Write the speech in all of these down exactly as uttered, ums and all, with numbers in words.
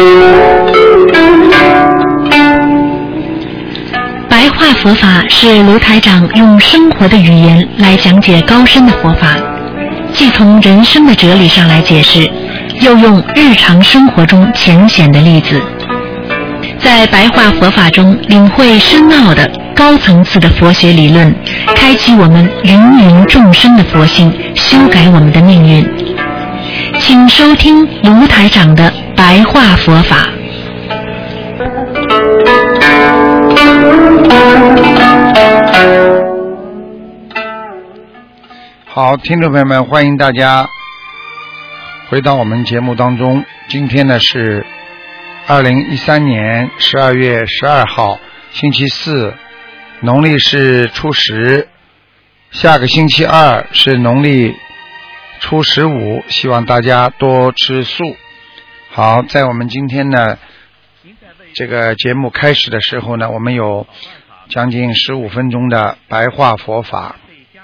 白话佛法是卢台长用生活的语言来讲解高深的佛法，既从人生的哲理上来解释，又用日常生活中浅显的例子，在白话佛法中领会深奥的高层次的佛学理论，开启我们芸芸众生的佛性，修改我们的命运。请收听卢台长的白话佛法。 好，听众朋友们，欢迎大家回到我们节目当中。今天呢是二零一三年十二月十二号，星期四，农历是初十，下个星期二是农历初十五，希望大家多吃素。好，在我们今天呢这个节目开始的时候呢，我们有将近十五分钟的白话佛法。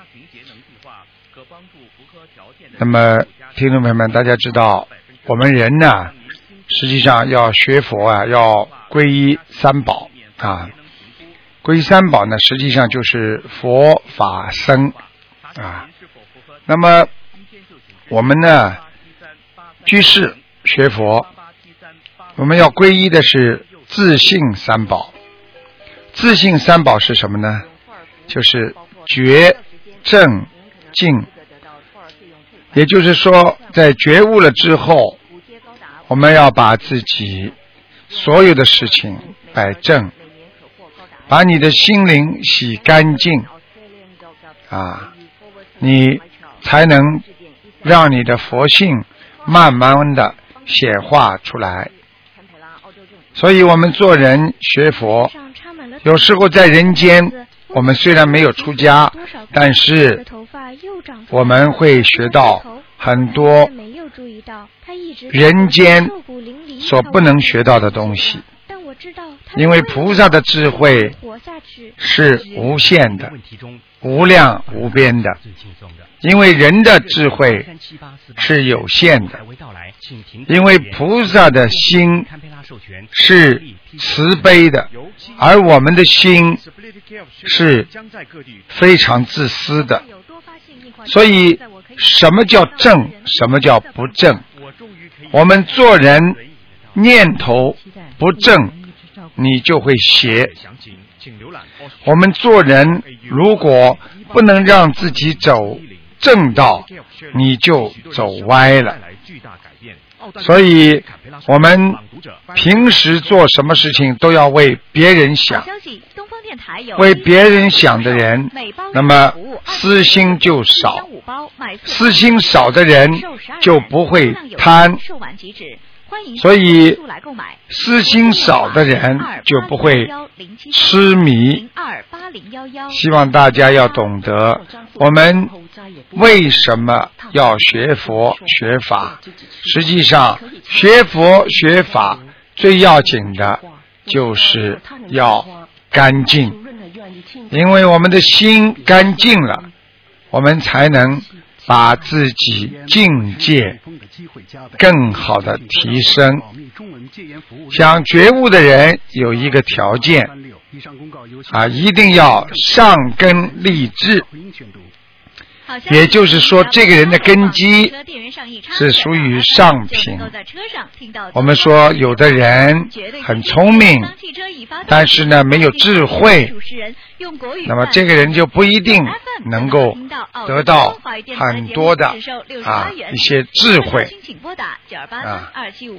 那么听众朋友们，大家知道我们人呢实际上要学佛啊，要皈依三宝啊。皈依三宝呢实际上就是佛法僧啊。那么我们呢居士学佛，我们要皈依的是自性三宝。自性三宝是什么呢？就是觉正净。也就是说，在觉悟了之后，我们要把自己所有的事情摆正，把你的心灵洗干净啊，你才能让你的佛性慢慢的显化出来。所以我们做人学佛，有时候在人间我们虽然没有出家，但是我们会学到很多人间所不能学到的东西，因为菩萨的智慧是无限的、无量无边的，因为人的智慧是有限的，因为菩萨的心是慈悲的，而我们的心是非常自私的。所以什么叫正，什么叫不正？我们做人念头不正，你就会邪。我们做人如果不能让自己走正道，你就走歪了。所以我们平时做什么事情都要为别人想，为别人想的人，那么私心就少，私心少的人就不会贪，所以私心少的人就不会痴迷。希望大家要懂得我们为什么要学佛学法。实际上学佛学法最要紧的就是要干净，因为我们的心干净了，我们才能把自己境界更好的提升。想觉悟的人有一个条件啊，一定要上根立志，也就是说这个人的根基是属于上品。我们说有的人很聪明，但是呢没有智慧，那么这个人就不一定能够得到很多的啊一些智慧啊。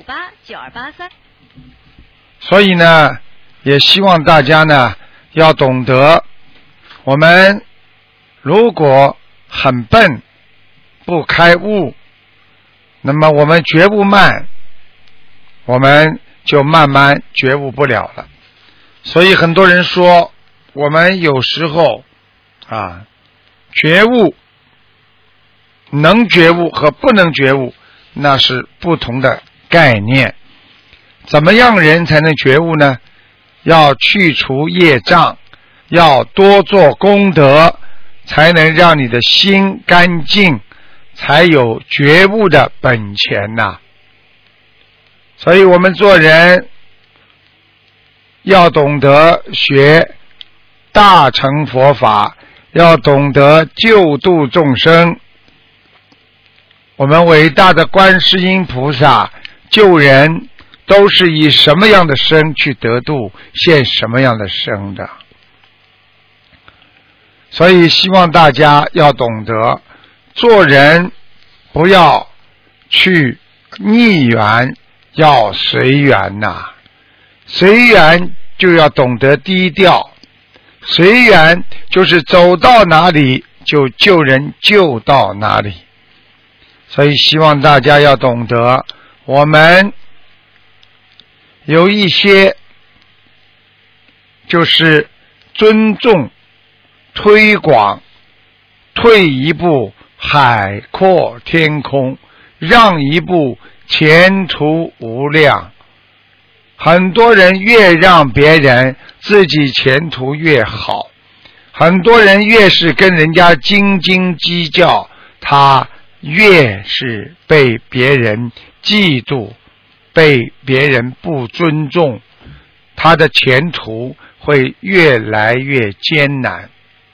所以呢也希望大家呢要懂得，我们如果很笨不开悟，那么我们觉悟慢，我们就慢慢觉悟不了了。所以很多人说我们有时候啊觉悟，能觉悟和不能觉悟那是不同的概念。怎么样人才能觉悟呢？要去除业障，要多做功德，才能让你的心干净，才有觉悟的本钱呐、啊。 所以我们做人要懂得学大乘佛法，要懂得救度众生。我们伟大的观世音菩萨救人都是以什么样的身去得度，现什么样的身的。所以希望大家要懂得做人不要去逆缘，要随缘呐。随缘就要懂得低调，随缘就是走到哪里就救人救到哪里。所以希望大家要懂得，我们有一些就是尊重、推广，退一步海阔天空，让一步前途无量。很多人越让别人，自己前途越好。很多人越是跟人家斤斤计较，他越是被别人嫉妒，被别人不尊重，他的前途会越来越艰难。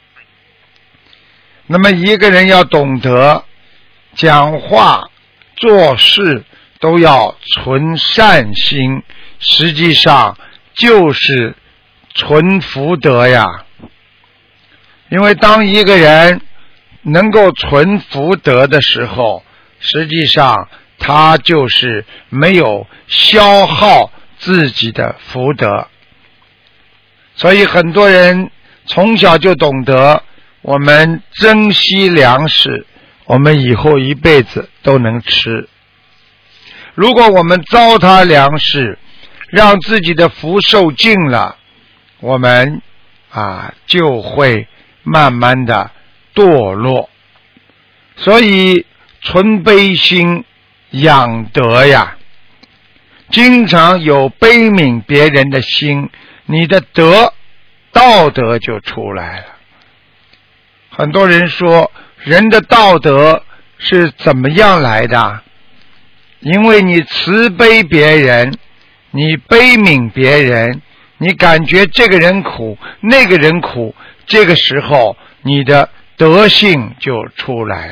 那么一个人要懂得讲话做事都要存善心，实际上就是存福德呀。因为当一个人能够存福德的时候，实际上他就是没有消耗自己的福德。所以很多人从小就懂得我们珍惜粮食，我们以后一辈子都能吃。如果我们糟蹋粮食，让自己的福受尽了，我们啊就会慢慢的堕落。所以存悲心养德呀，经常有悲悯别人的心，你的德道德就出来了。很多人说人的道德是怎么样来的？因为你慈悲别人，你悲悯别人，你感觉这个人苦那个人苦，这个时候你的德性就出来了。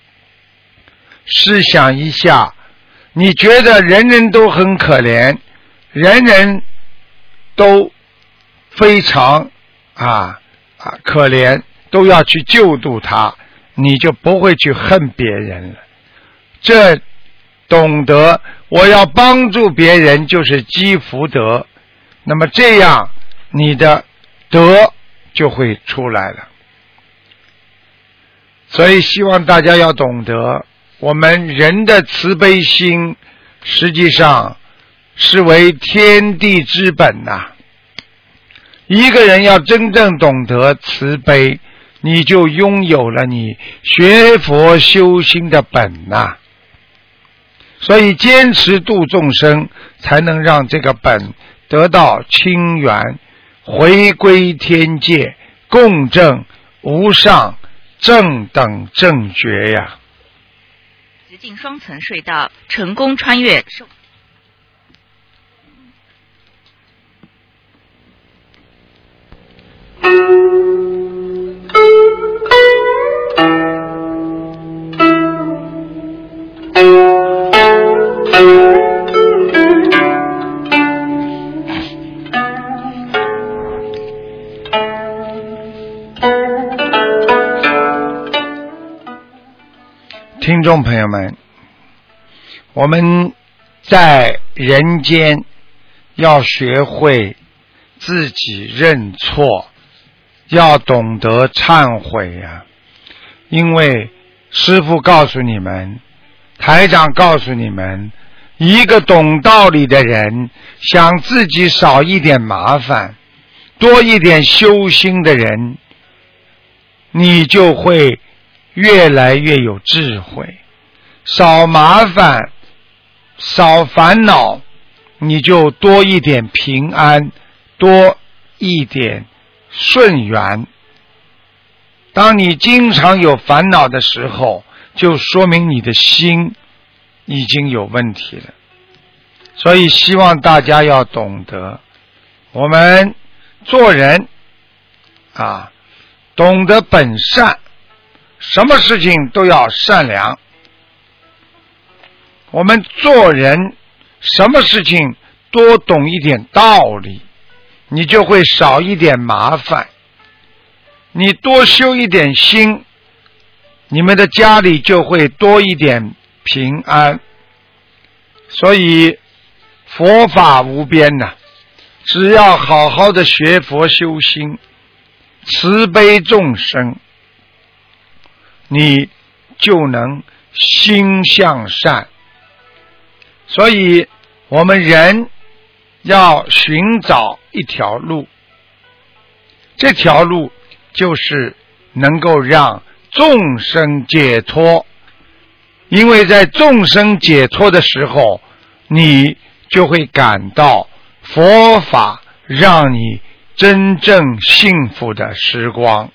试想一下，你觉得人人都很可怜，人人都非常啊啊可怜，都要去救度他，你就不会去恨别人了。这懂得我要帮助别人就是积福德，那么这样你的德就会出来了。所以希望大家要懂得，我们人的慈悲心实际上是为天地之本呐、啊。一个人要真正懂得慈悲，你就拥有了你学佛修心的本呐、啊。所以坚持度众生，才能让这个本得到清源，回归天界，共振无上正等正觉呀。 直径双层隧道成功穿越受听众朋友们，我们在人间要学会自己认错，要懂得忏悔呀、啊。因为师父告诉你们，台长告诉你们，一个懂道理的人，想自己少一点麻烦，多一点修心的人，你就会越来越有智慧。少麻烦，少烦恼，你就多一点平安，多一点顺缘。当你经常有烦恼的时候，就说明你的心已经有问题了。 所以希望大家要懂得，我们做人啊，懂得本善，什么事情都要善良。我们做人，什么事情多懂一点道理，你就会少一点麻烦。你多修一点心，你们的家里就会多一点平安。所以佛法无边呐、啊，只要好好的学佛修心，慈悲众生，你就能心向善。所以我们人要寻找一条路，这条路就是能够让众生解脱。因为在众生解脱的时候，你就会感到佛法让你真正幸福的时光。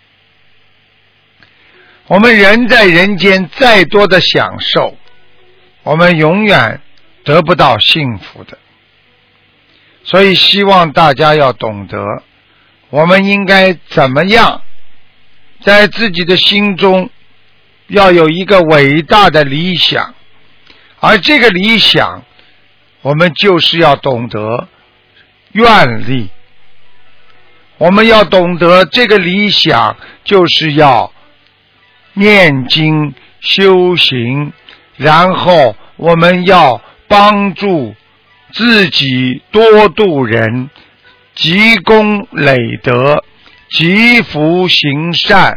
我们人在人间再多的享受，我们永远得不到幸福的。所以希望大家要懂得，我们应该怎么样在自己的心中要有一个伟大的理想，而这个理想我们就是要懂得愿力。我们要懂得这个理想就是要念经修行，然后我们要帮助自己多度人，积功累德，积福行善。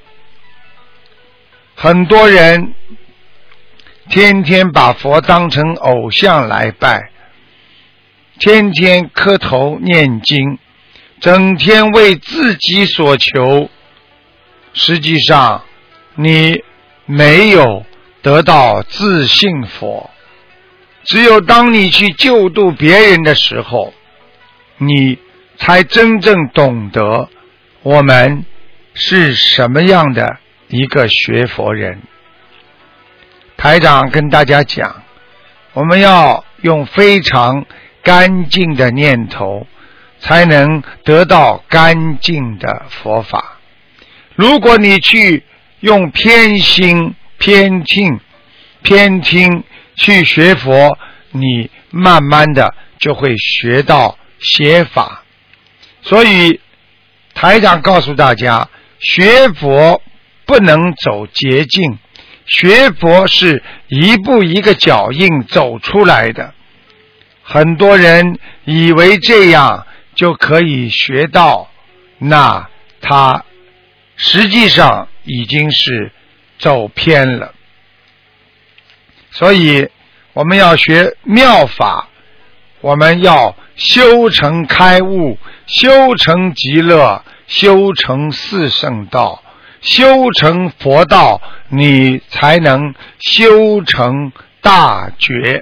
很多人天天把佛当成偶像来拜，天天磕头念经，整天为自己所求，实际上你没有得到自信佛。只有当你去救度别人的时候，你才真正懂得我们是什么样的一个学佛人。台长跟大家讲，我们要用非常干净的念头，才能得到干净的佛法。如果你去用偏心、偏听、偏听去学佛，你慢慢的就会学到邪法。所以台长告诉大家，学佛不能走捷径，学佛是一步一个脚印走出来的。很多人以为这样就可以学到，那他实际上已经是走偏了。所以我们要学妙法，我们要修成开悟，修成极乐，修成四圣道，修成佛道，你才能修成大觉。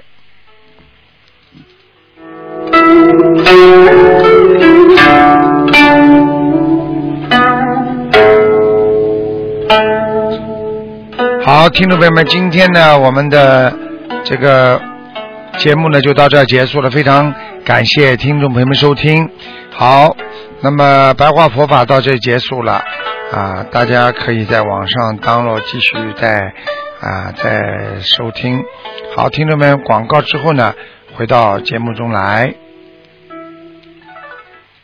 好，听众朋友们，今天呢我们的这个节目呢就到这儿结束了，非常感谢听众朋友们收听。好，那么白话佛法到这里结束了啊，大家可以在网上 download 继续再啊再收听。好，听众们，广告之后呢回到节目中来。